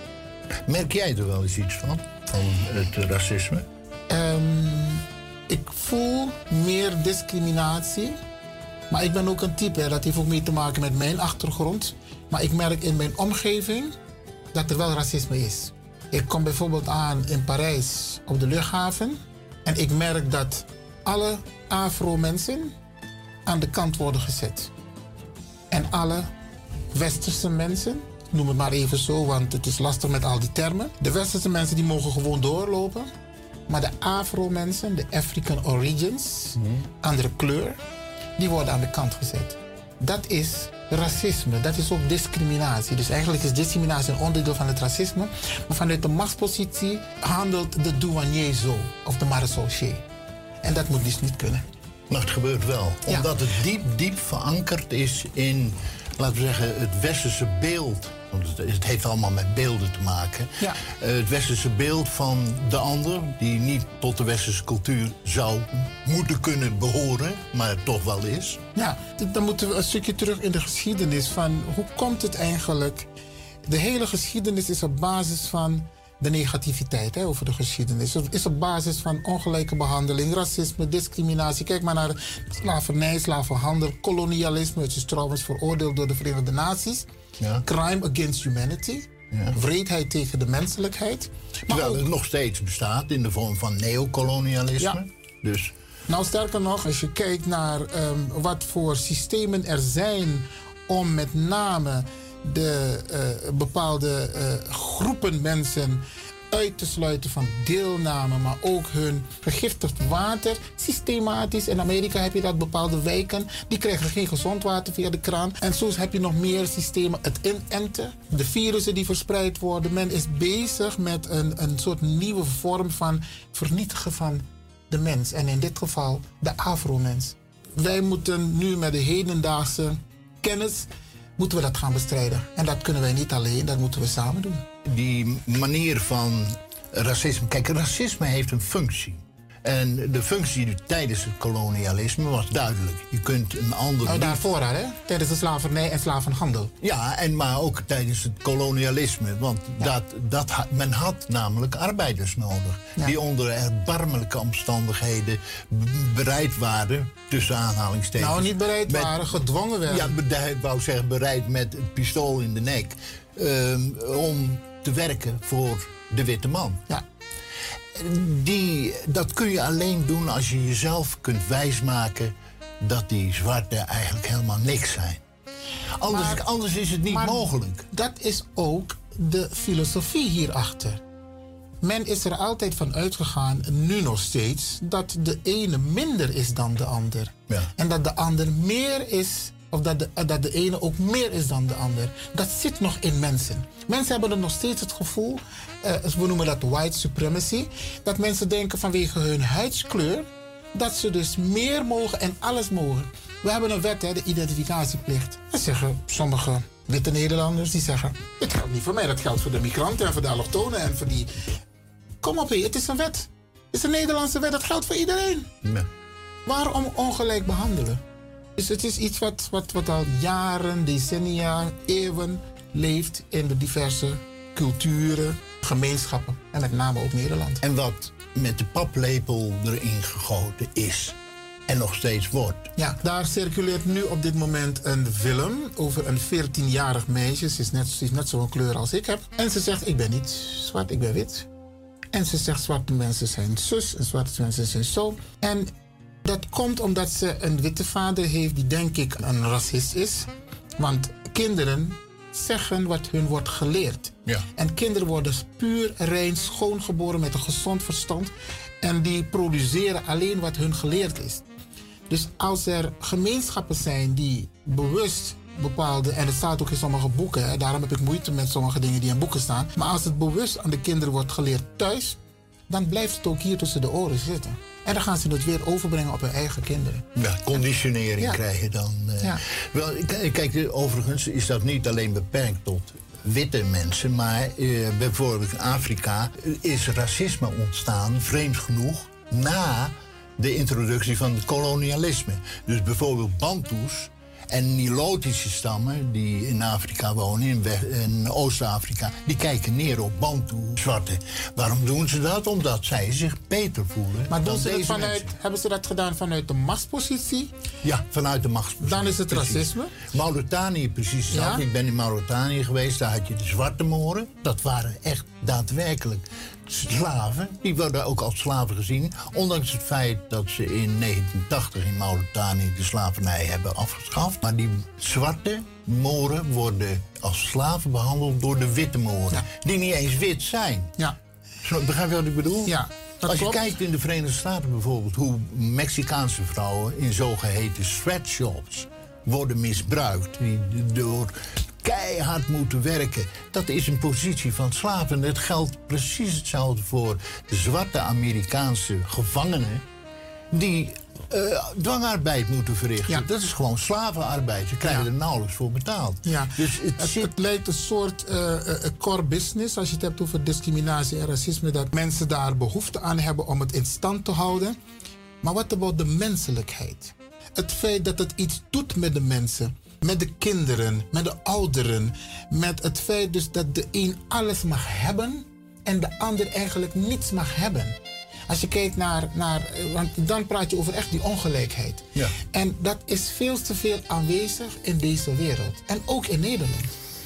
Merk jij er wel eens iets van, van het racisme? Um, ik voel meer discriminatie. Maar ik ben ook een type, dat heeft ook mee te maken met mijn achtergrond. Maar ik merk in mijn omgeving dat er wel racisme is. Ik kom bijvoorbeeld aan in Parijs op de luchthaven. En ik merk dat alle Afro-mensen aan de kant worden gezet. En alle Westerse mensen, noem het maar even zo, want het is lastig met al die termen. De Westerse mensen die mogen gewoon doorlopen. Maar de Afro-mensen, de African origins, mm. andere kleur, die worden aan de kant gezet. Dat is racisme, dat is ook discriminatie. Dus eigenlijk is discriminatie een onderdeel van het racisme. Maar vanuit de machtspositie handelt de douanier zo, of de marechaussee. En dat moet dus niet kunnen. Maar het gebeurt wel. Ja. Omdat het diep, diep verankerd is in, laten we zeggen, het westerse beeld. Want het, het heeft allemaal met beelden te maken. Ja. Uh, het westerse beeld van de ander, die niet tot de westerse cultuur zou moeten kunnen behoren, maar het toch wel is. Ja, dan moeten we een stukje terug in de geschiedenis van hoe komt het eigenlijk. De hele geschiedenis is op basis van de negativiteit, hè, over de geschiedenis. Het is op basis van ongelijke behandeling, racisme, discriminatie. Kijk maar naar slavernij, slavenhandel, kolonialisme. Het is trouwens veroordeeld door de Verenigde Naties. Ja. Crime against humanity. Ja. Wreedheid tegen de menselijkheid. Maar terwijl ook, het nog steeds bestaat in de vorm van neocolonialisme. Ja. Dus. Nou, sterker nog, als je kijkt naar um, wat voor systemen er zijn om met name de uh, bepaalde uh, groepen mensen uit te sluiten van deelname, maar ook hun vergiftigd water systematisch. In Amerika heb je dat, bepaalde wijken, die krijgen geen gezond water via de kraan. En zo heb je nog meer systemen. Het inenten, de virussen die verspreid worden. Men is bezig met een, een soort nieuwe vorm van vernietigen van de mens. En in dit geval de Afro-mens. Wij moeten nu met de hedendaagse kennis moeten we dat gaan bestrijden. En dat kunnen wij niet alleen, dat moeten we samen doen. Die manier van racisme. Kijk, racisme heeft een functie. En de functie tijdens het kolonialisme was duidelijk. Je kunt een ander. Nou, daarvoor al, hè? Tijdens de slavernij en slavenhandel. Ja, en maar ook tijdens het kolonialisme. Want ja. dat, dat, men had namelijk arbeiders nodig. Ja. Die onder erbarmelijke omstandigheden bereid waren, tussen aanhalingstekens. Nou, niet bereid met, waren, gedwongen werden. Ja, ik wou zeggen, bereid met een pistool in de nek. Um, om te werken voor de witte man. Ja. Die, dat kun je alleen doen als je jezelf kunt wijsmaken dat die zwarten eigenlijk helemaal niks zijn. Anders, maar, anders is het niet mogelijk. Dat is ook de filosofie hierachter. Men is er altijd van uitgegaan, nu nog steeds, dat de ene minder is dan de ander. Ja. En dat de ander meer is of dat de, dat de ene ook meer is dan de ander. Dat zit nog in mensen. Mensen hebben er nog steeds het gevoel, uh, we noemen dat white supremacy, dat mensen denken vanwege hun huidskleur dat ze dus meer mogen en alles mogen. We hebben een wet, hè, de identificatieplicht. En zeggen sommige witte Nederlanders, die zeggen, dit geldt niet voor mij, dat geldt voor de migranten en voor de allochtonen en voor die... Kom op, hé, het is een wet. Het is een Nederlandse wet, dat geldt voor iedereen. Nee. Waarom ongelijk behandelen? Dus het is iets wat, wat, wat al jaren, decennia, eeuwen leeft in de diverse culturen, gemeenschappen en met name ook Nederland. En wat met de paplepel erin gegoten is en nog steeds wordt. Ja, daar circuleert nu op dit moment een film over een veertienjarig meisje. Ze is net, ze is net zo'n kleur als ik heb. En ze zegt, ik ben niet zwart, ik ben wit. En ze zegt, zwarte mensen zijn zus en zwarte mensen zijn zo. En dat komt omdat ze een witte vader heeft die denk ik een racist is. Want kinderen zeggen wat hun wordt geleerd. Ja. En kinderen worden puur, rein, schoongeboren met een gezond verstand. En die produceren alleen wat hun geleerd is. Dus als er gemeenschappen zijn die bewust bepaalde, en het staat ook in sommige boeken, hè, daarom heb ik moeite met sommige dingen die in boeken staan. Maar als het bewust aan de kinderen wordt geleerd thuis, dan blijft het ook hier tussen de oren zitten. En dan gaan ze het weer overbrengen op hun eigen kinderen. Ja, conditionering ja. krijg je dan. Uh, ja. Wel, kijk, overigens is dat niet alleen beperkt tot witte mensen, maar uh, bijvoorbeeld in Afrika is racisme ontstaan, vreemd genoeg, na de introductie van het kolonialisme. Dus bijvoorbeeld Bantus en Nilotische stammen die in Afrika wonen, in, in Oost-Afrika, die kijken neer op Bantu-zwarten. Waarom doen ze dat? Omdat zij zich beter voelen. Maar doen dan ze dat deze vanuit, mensen. hebben ze dat gedaan vanuit de machtspositie? Ja, vanuit de machtspositie. Dan is het precies. racisme? Mauritanië precies hetzelfde. Ja? Ik ben in Mauritanië geweest, daar had je de zwarte Moren. Dat waren echt daadwerkelijk slaven. Die werden ook als slaven gezien. Ondanks het feit dat ze in negentien tachtig in Mauritanië de slavernij hebben afgeschaft. Maar die zwarte Moren worden als slaven behandeld door de witte Moren. Ja. Die niet eens wit zijn. Ja. Begrijp je wat ik bedoel? Ja. Als klopt. je kijkt in de Verenigde Staten bijvoorbeeld hoe Mexicaanse vrouwen in zogeheten sweatshops worden misbruikt. Die door keihard moeten werken. Dat is een positie van slaven. En het geldt precies hetzelfde voor de zwarte Amerikaanse gevangenen die uh, dwangarbeid moeten verrichten. Ja. Dat is gewoon slavenarbeid. Ze krijgen Ja. er nauwelijks voor betaald. Ja. Dus het, Het, zit... het lijkt een soort uh, uh, core business, als je het hebt over discriminatie en racisme, dat mensen daar behoefte aan hebben om het in stand te houden. Maar wat about de menselijkheid? Het feit dat het iets doet met de mensen, met de kinderen, met de ouderen, met het feit dus dat de een alles mag hebben en de ander eigenlijk niets mag hebben. Als je kijkt naar, naar want dan praat je over echt die ongelijkheid. Ja. En dat is veel te veel aanwezig in deze wereld. En ook in Nederland.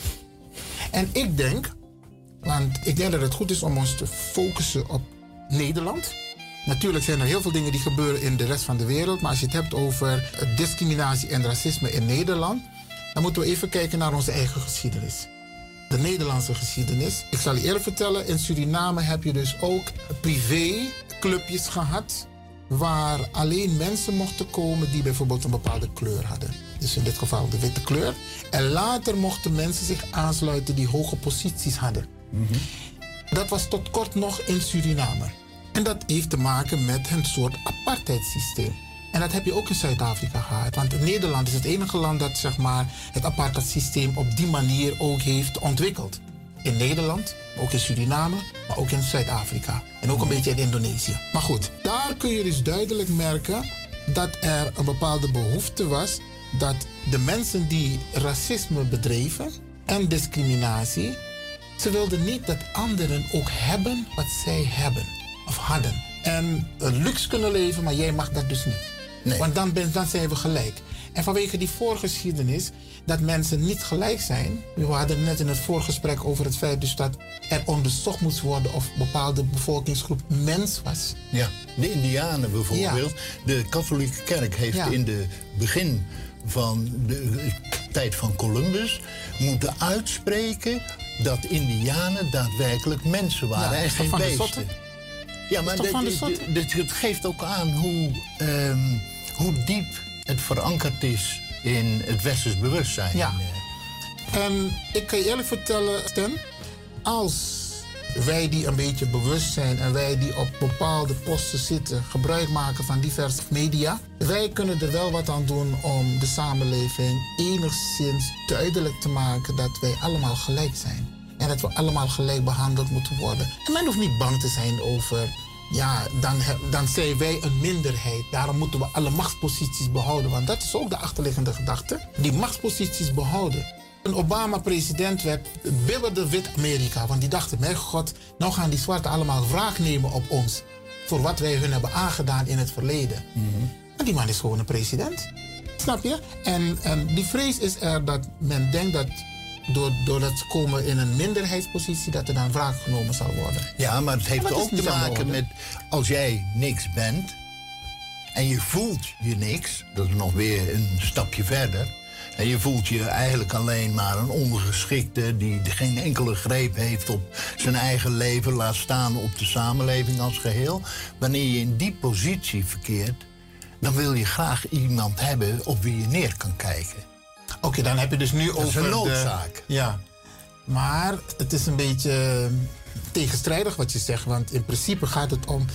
En ik denk, want ik denk dat het goed is om ons te focussen op Nederland. Natuurlijk zijn er heel veel dingen die gebeuren in de rest van de wereld. Maar als je het hebt over discriminatie en racisme in Nederland, dan moeten we even kijken naar onze eigen geschiedenis. De Nederlandse geschiedenis. Ik zal je eerlijk vertellen, in Suriname heb je dus ook privéclubjes gehad waar alleen mensen mochten komen die bijvoorbeeld een bepaalde kleur hadden. Dus in dit geval de witte kleur. En later mochten mensen zich aansluiten die hoge posities hadden. Mm-hmm. Dat was tot kort nog in Suriname. En dat heeft te maken met een soort apartheidssysteem. En dat heb je ook in Zuid-Afrika gehad. Want Nederland is het enige land dat zeg maar, het apartheidssysteem op die manier ook heeft ontwikkeld. In Nederland, ook in Suriname, maar ook in Zuid-Afrika. En ook een beetje in Indonesië. Maar goed, daar kun je dus duidelijk merken dat er een bepaalde behoefte was dat de mensen die racisme bedreven en discriminatie, ze wilden niet dat anderen ook hebben wat zij hebben of hadden. En een luxe kunnen leven, maar jij mag dat dus niet. Nee. Want dan, ben, dan zijn we gelijk. En vanwege die voorgeschiedenis dat mensen niet gelijk zijn. We hadden net in het voorgesprek over het feit dus dat er onderzocht moest worden of een bepaalde bevolkingsgroep mens was. Ja, de Indianen bijvoorbeeld. Ja. De katholieke kerk heeft ja. in de begin van de tijd van Columbus moeten uitspreken dat Indianen daadwerkelijk mensen waren ja, en geen beesten. Ja, maar het geeft ook aan hoe, um, hoe diep het verankerd is in het westers bewustzijn. Ja. En ik kan je eerlijk vertellen, Stan, als wij die een beetje bewust zijn en wij die op bepaalde posten zitten, gebruik maken van diverse media, wij kunnen er wel wat aan doen om de samenleving enigszins duidelijk te maken dat wij allemaal gelijk zijn. En dat we allemaal gelijk behandeld moeten worden. En men hoeft niet bang te zijn over, ja, dan, dan zijn wij een minderheid. Daarom moeten we alle machtsposities behouden. Want dat is ook de achterliggende gedachte. Die machtsposities behouden. Toen Obama president werd, bibberde wit-Amerika. Want die dachten, mijn god, nou gaan die zwarten allemaal wraak nemen op ons. Voor wat wij hun hebben aangedaan in het verleden. Mm-hmm. En die man is gewoon een president. Snap je? En, en die vrees is er dat men denkt dat doordat ze komen in een minderheidspositie, dat er dan wraak genomen zal worden. Ja, maar het heeft ook te maken met, als jij niks bent en je voelt je niks, dat is nog weer een stapje verder, en je voelt je eigenlijk alleen maar een ondergeschikte die geen enkele greep heeft op zijn eigen leven, laat staan op de samenleving als geheel. Wanneer je in die positie verkeert, dan wil je graag iemand hebben op wie je neer kan kijken. Oké, okay, dan heb je dus nu dat over is een noodzaak. De, ja, maar het is een beetje tegenstrijdig wat je zegt. Want in principe gaat het om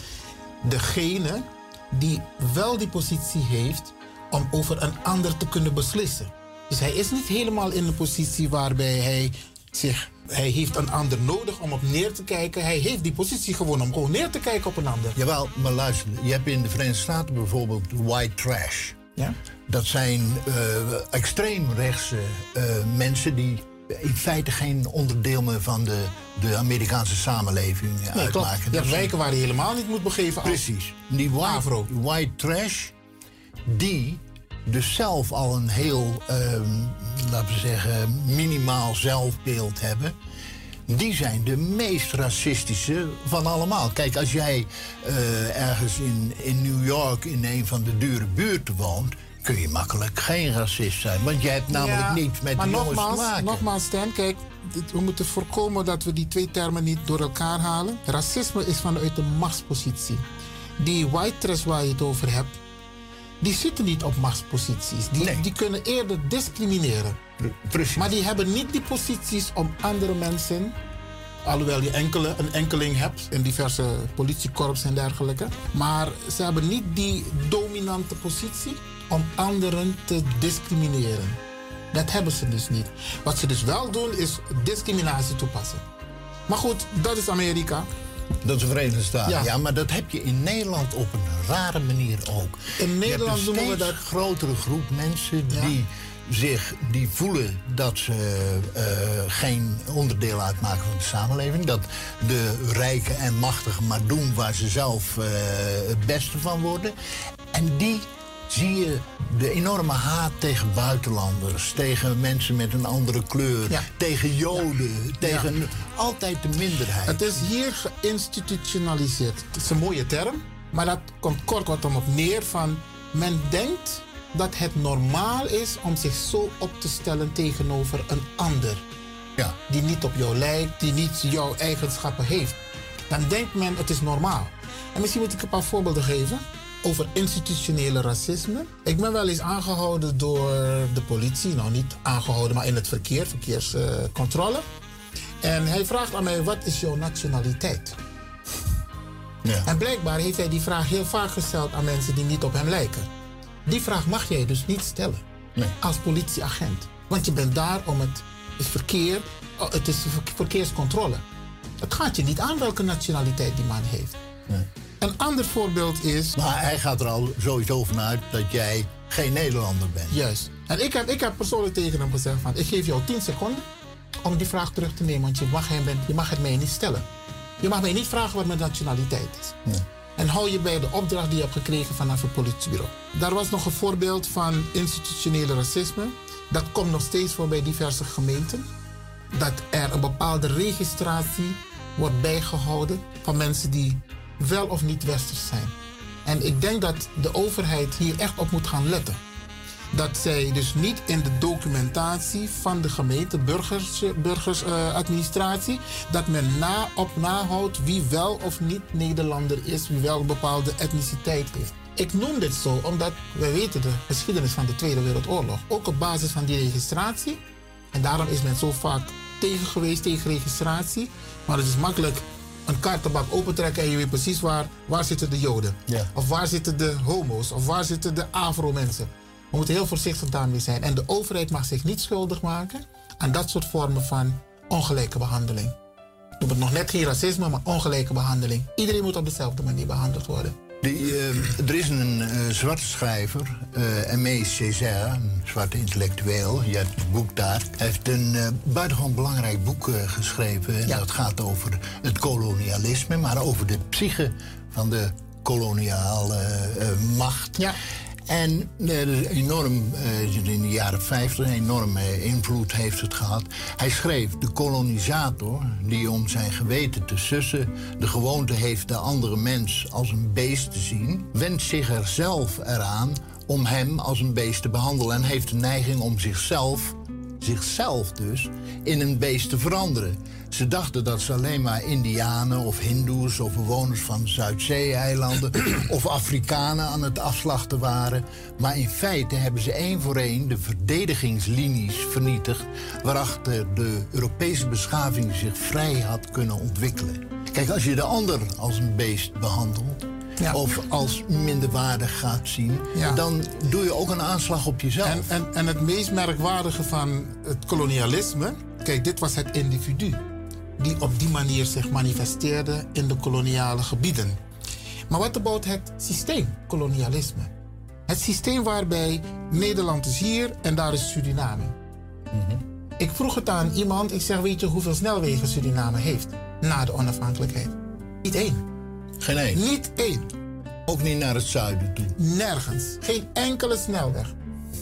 degene die wel die positie heeft om over een ander te kunnen beslissen. Dus hij is niet helemaal in een positie waarbij hij zich... Hij heeft een ander nodig om op neer te kijken. Hij heeft die positie gewoon om gewoon neer te kijken op een ander. Jawel, maar luister. Je hebt in de Verenigde Staten bijvoorbeeld white trash. Ja? Dat zijn uh, extreemrechtse uh, mensen die in feite geen onderdeel meer van de, de Amerikaanse samenleving uh, nee, uitmaken. Klopt. Je hebt wijken waar je helemaal niet moet begeven. Precies. Die white, white trash, die dus zelf al een heel, uh, laten we zeggen, minimaal zelfbeeld hebben. Die zijn de meest racistische van allemaal. Kijk, als jij uh, ergens in, in New York in een van de dure buurten woont, kun je makkelijk geen racist zijn. Want jij hebt namelijk ja, niets met die jongens te maken. Nogmaals, Stan, kijk, we moeten voorkomen dat we die twee termen niet door elkaar halen. Racisme is vanuit de machtspositie. Die white trash waar je het over hebt, die zitten niet op machtsposities. Die, nee. die kunnen eerder discrimineren. Precies. Maar die hebben niet die posities om andere mensen, alhoewel je enkele, een enkeling hebt in diverse politiekorps en dergelijke, maar ze hebben niet die dominante positie om anderen te discrimineren. Dat hebben ze dus niet. Wat ze dus wel doen is discriminatie toepassen. Maar goed, dat is Amerika. Dat is de Verenigde Staten. Ja. ja, maar dat heb je in Nederland op een rare manier ook. In Nederland je hebt een noemen we dat dat grotere groep mensen ja. die zich die voelen dat ze uh, geen onderdeel uitmaken van de samenleving. Dat de rijken en machtigen maar doen waar ze zelf uh, het beste van worden. En die zie je de enorme haat tegen buitenlanders, tegen mensen met een andere kleur, ja. tegen Joden, ja. tegen ja. altijd de minderheid. Het is hier geïnstitutionaliseerd. Het is een mooie term, maar dat komt kort kortom op neer van men denkt dat het normaal is om zich zo op te stellen tegenover een ander. Ja. Die niet op jou lijkt, die niet jouw eigenschappen heeft. Dan denkt men het is normaal. En misschien moet ik een paar voorbeelden geven over institutionele racisme. Ik ben wel eens aangehouden door de politie. Nou, niet aangehouden, maar in het verkeer, verkeerscontrole. Uh, en hij vraagt aan mij, wat is jouw nationaliteit? Ja. En blijkbaar heeft hij die vraag heel vaak gesteld aan mensen die niet op hem lijken. Die vraag mag jij dus niet stellen. Nee. Als politieagent. Want je bent daar om het, het verkeer, het is verkeerscontrole. Het gaat je niet aan welke nationaliteit die man heeft. Nee. Een ander voorbeeld is... Maar hij gaat er al sowieso vanuit dat jij geen Nederlander bent. Juist. En ik heb, ik heb persoonlijk tegen hem gezegd van, ik geef jou tien seconden om die vraag terug te nemen. Want je mag, hem, je mag het mij niet stellen. Je mag mij niet vragen wat mijn nationaliteit is. Nee. En hou je bij de opdracht die je hebt gekregen vanaf het politiebureau. Daar was nog een voorbeeld van institutionele racisme. Dat komt nog steeds voor bij diverse gemeenten. Dat er een bepaalde registratie wordt bijgehouden van mensen die wel of niet westers zijn. En ik denk dat de overheid hier echt op moet gaan letten. Dat zij dus niet in de documentatie van de gemeente, burgers, burgersadministratie, uh, dat men na op nahoudt wie wel of niet Nederlander is, wie wel een bepaalde etniciteit heeft. Ik noem dit zo omdat wij weten de geschiedenis van de Tweede Wereldoorlog. Ook op basis van die registratie. En daarom is men zo vaak tegen geweest, tegen registratie. Maar het is makkelijk een kaartenbak opentrekken en je weet precies waar, waar zitten de Joden. Ja. Of waar zitten de homo's. Of waar zitten de Afro-mensen. We moeten heel voorzichtig daarmee zijn. En de overheid mag zich niet schuldig maken aan dat soort vormen van ongelijke behandeling. Ik noem het nog net geen racisme, maar ongelijke behandeling. Iedereen moet op dezelfde manier behandeld worden. Die, uh, er is een uh, zwarte schrijver, uh, Aimé Césaire, een zwarte intellectueel. Je hebt het boek daar. Hij heeft een uh, buitengewoon belangrijk boek uh, geschreven. En ja. Dat gaat over het kolonialisme, maar over de psyche van de koloniale uh, macht. Ja. En uh, enorm, uh, in de jaren vijftig een enorme invloed heeft het gehad. Hij schreef, de kolonisator, die om zijn geweten te sussen de gewoonte heeft de andere mens als een beest te zien, wendt zich er zelf eraan om hem als een beest te behandelen en heeft de neiging om zichzelf, zichzelf dus, in een beest te veranderen. Ze dachten dat ze alleen maar Indianen of Hindoes of bewoners van Zuidzee-eilanden of Afrikanen aan het afslachten waren. Maar in feite hebben ze één voor één de verdedigingslinies vernietigd waarachter de Europese beschaving zich vrij had kunnen ontwikkelen. Kijk, als je de ander als een beest behandelt, ja, of als minderwaardig gaat zien, ja, dan doe je ook een aanslag op jezelf. En, en, en het meest merkwaardige van het kolonialisme, kijk, dit was het individu die op die manier zich manifesteerde in de koloniale gebieden. Maar wat about het systeem kolonialisme? Het systeem waarbij Nederland is hier en daar is Suriname. Mm-hmm. Ik vroeg het aan iemand, ik zeg, weet je hoeveel snelwegen Suriname heeft na de onafhankelijkheid? Niet één. Geen één? Niet één. Ook niet naar het zuiden toe? Nergens. Geen enkele snelweg.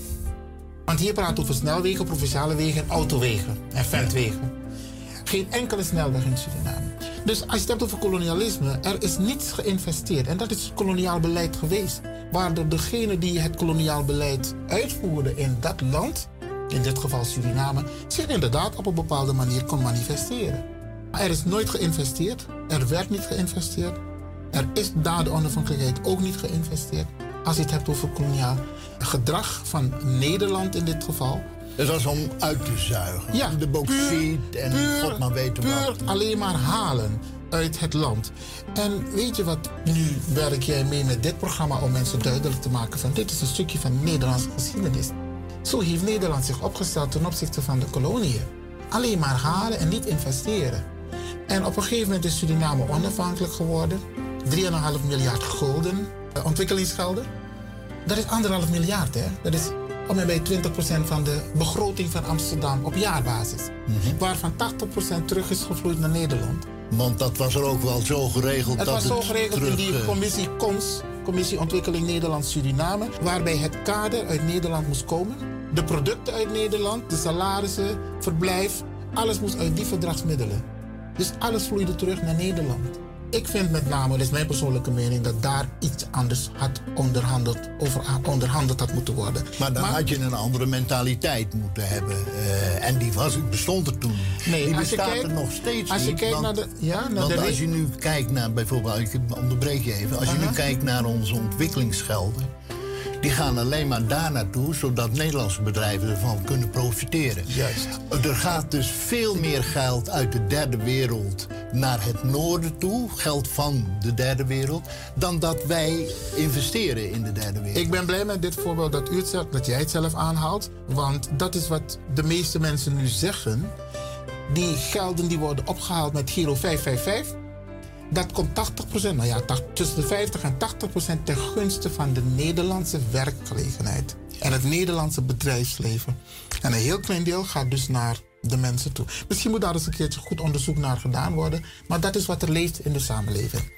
Want hier praat over snelwegen, provinciale wegen en autowegen en ventwegen. Geen enkele snelweg in Suriname. Dus als je het hebt over kolonialisme, er is niets geïnvesteerd. En dat is het koloniaal beleid geweest. Waardoor degene die het koloniaal beleid uitvoerde in dat land, in dit geval Suriname, zich inderdaad op een bepaalde manier kon manifesteren. Maar er is nooit geïnvesteerd. Er werd niet geïnvesteerd. Er is na de onafhankelijkheid ook niet geïnvesteerd. Als je het hebt over koloniaal gedrag van Nederland in dit geval. Het was om uit te zuigen. Ja, de bauxiet en puur, god maar weten puur wat. alleen maar halen uit het land. En weet je wat, nu werk jij mee met dit programma om mensen duidelijk te maken van dit is een stukje van Nederlandse geschiedenis. Zo heeft Nederland zich opgesteld ten opzichte van de koloniën. Alleen maar halen en niet investeren. En op een gegeven moment is Suriname onafhankelijk geworden. drie komma vijf miljard gulden uh, ontwikkelingsgelden. Dat is anderhalf miljard, hè. Dat is om en bij twintig procent van de begroting van Amsterdam op jaarbasis. Mm-hmm. Waarvan tachtig procent terug is gevloeid naar Nederland. Want dat was er ook wel zo geregeld. Het dat was zo het geregeld terug, in die commissie C O N S, Commissie Ontwikkeling Nederland-Suriname, waarbij het kader uit Nederland moest komen. De producten uit Nederland, de salarissen, verblijf, alles moest uit die verdragsmiddelen. Dus alles vloeide terug naar Nederland. Ik vind met name, dat is mijn persoonlijke mening, dat daar iets anders had onderhandeld, over onderhandeld had moeten worden. Maar dan maar, had je een andere mentaliteit moeten hebben. Uh, en die was, bestond er toen. Nee, die als bestaat je kijkt, er nog steeds als je niet. Kijkt Want, naar de, ja, naar want de als je nu kijkt naar, bijvoorbeeld, ik onderbreek je even. Als je uh-huh. nu kijkt naar onze ontwikkelingsgelden, die gaan alleen maar daar naartoe, zodat Nederlandse bedrijven ervan kunnen profiteren. Juist. Er gaat dus veel meer geld uit de derde wereld naar het noorden toe, geld van de derde wereld, dan dat wij investeren in de derde wereld. Ik ben blij met dit voorbeeld dat, u het zelf, dat jij het zelf aanhaalt, want dat is wat de meeste mensen nu zeggen. Die gelden die worden opgehaald met Giro vijf vijf vijf, dat komt tachtig procent, nou ja, tussen de vijftig en tachtig procent ten gunste van de Nederlandse werkgelegenheid en het Nederlandse bedrijfsleven. En een heel klein deel gaat dus naar de mensen toe. Misschien moet daar eens een keertje goed onderzoek naar gedaan worden, maar dat is wat er leeft in de samenleving.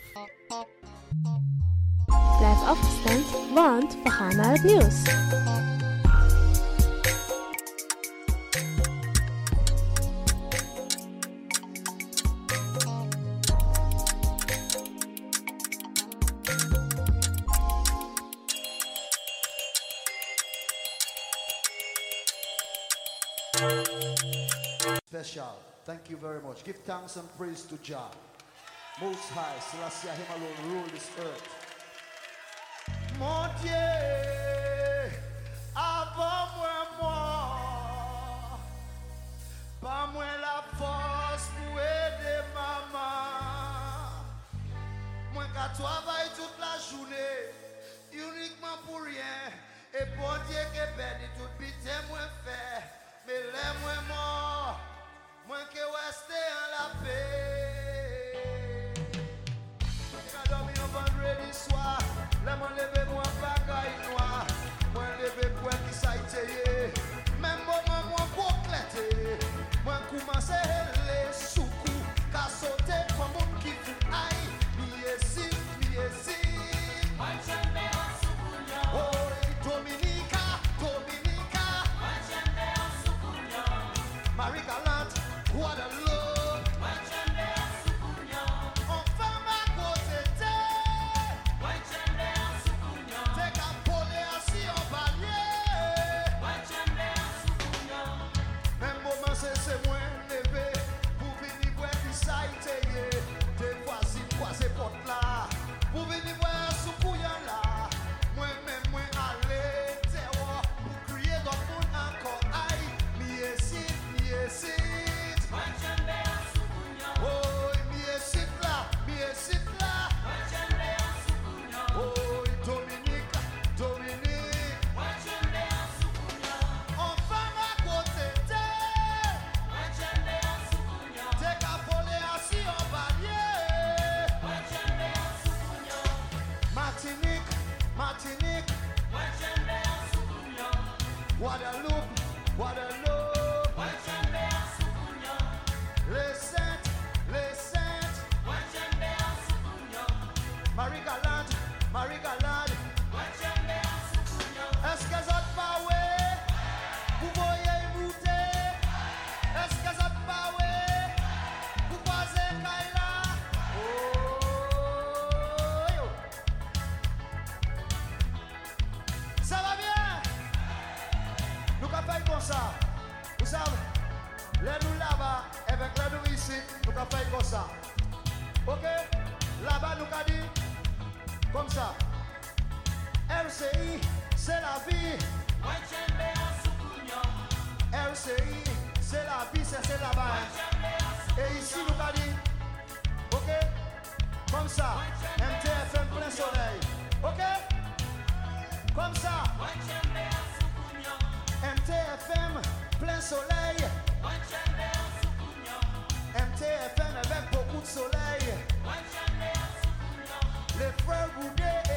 Blijf afgestemd, want we gaan naar het nieuws. Special. Thank you very much. Give thanks and praise to Jah. Most High, Selassie him alone rule this earth. mon Dieu, avant moi mort, pas moi la force pour aider maman. Moi qui travaille toute la journée, uniquement pour rien, et bon Dieu qui bénit tout pitié moi fait, mais les moi mort, moi qui reste en la paix. Quand dormi un vendredi soir, là moi levé moi bagaille noir, moi levé pour qui ça été, même moment moi complète, moi commencé les soucous, qu'à sauter comme un qui fout aïe, mi ici, mi ici. Oh, Dominica, Dominica, Marie Galante, Guadeloupe, enfin ma côté, t'es qu'à voler assis en palier. Même moment c'est c'est moins levé, pour venir voir qui ça a été, des voisines croisées porte là, pour venir voir sous couillant là. Moi-même, moi aller, terroir, pour crier dans le monde encore. Aïe, mi essaye, mi essaye. Oh, mi essaye là, mi essaye là. Oh, Dominique, Dominique. Enfin, ma côté, t'es qu'à voler assis en palier. Martinique. Martinique, Guadeloupe, Guadeloupe, les Saintes, les Saintes, Marie Galante, Marie Galante. Est-ce que ça te va, ouais? Vous voyez monter? Est-ce que ça te va, ouais? Vous croisez Kaila? Ça va bien? Nous avons fait comme ça. Vous savez, les nous là-bas, avec les nous ici, nous avons fait comme ça. Ok? Là-bas, nous avons dit comme ça. R C I, c'est la vie. R C I, c'est la vie, c'est c'est là-bas. Et ici, nous avons dit, ok? Comme ça. M T F M plein soleil. Ok? Comme ça. M T F M, plein soleil. M T F M avec beaucoup de soleil. Les frères Bouguet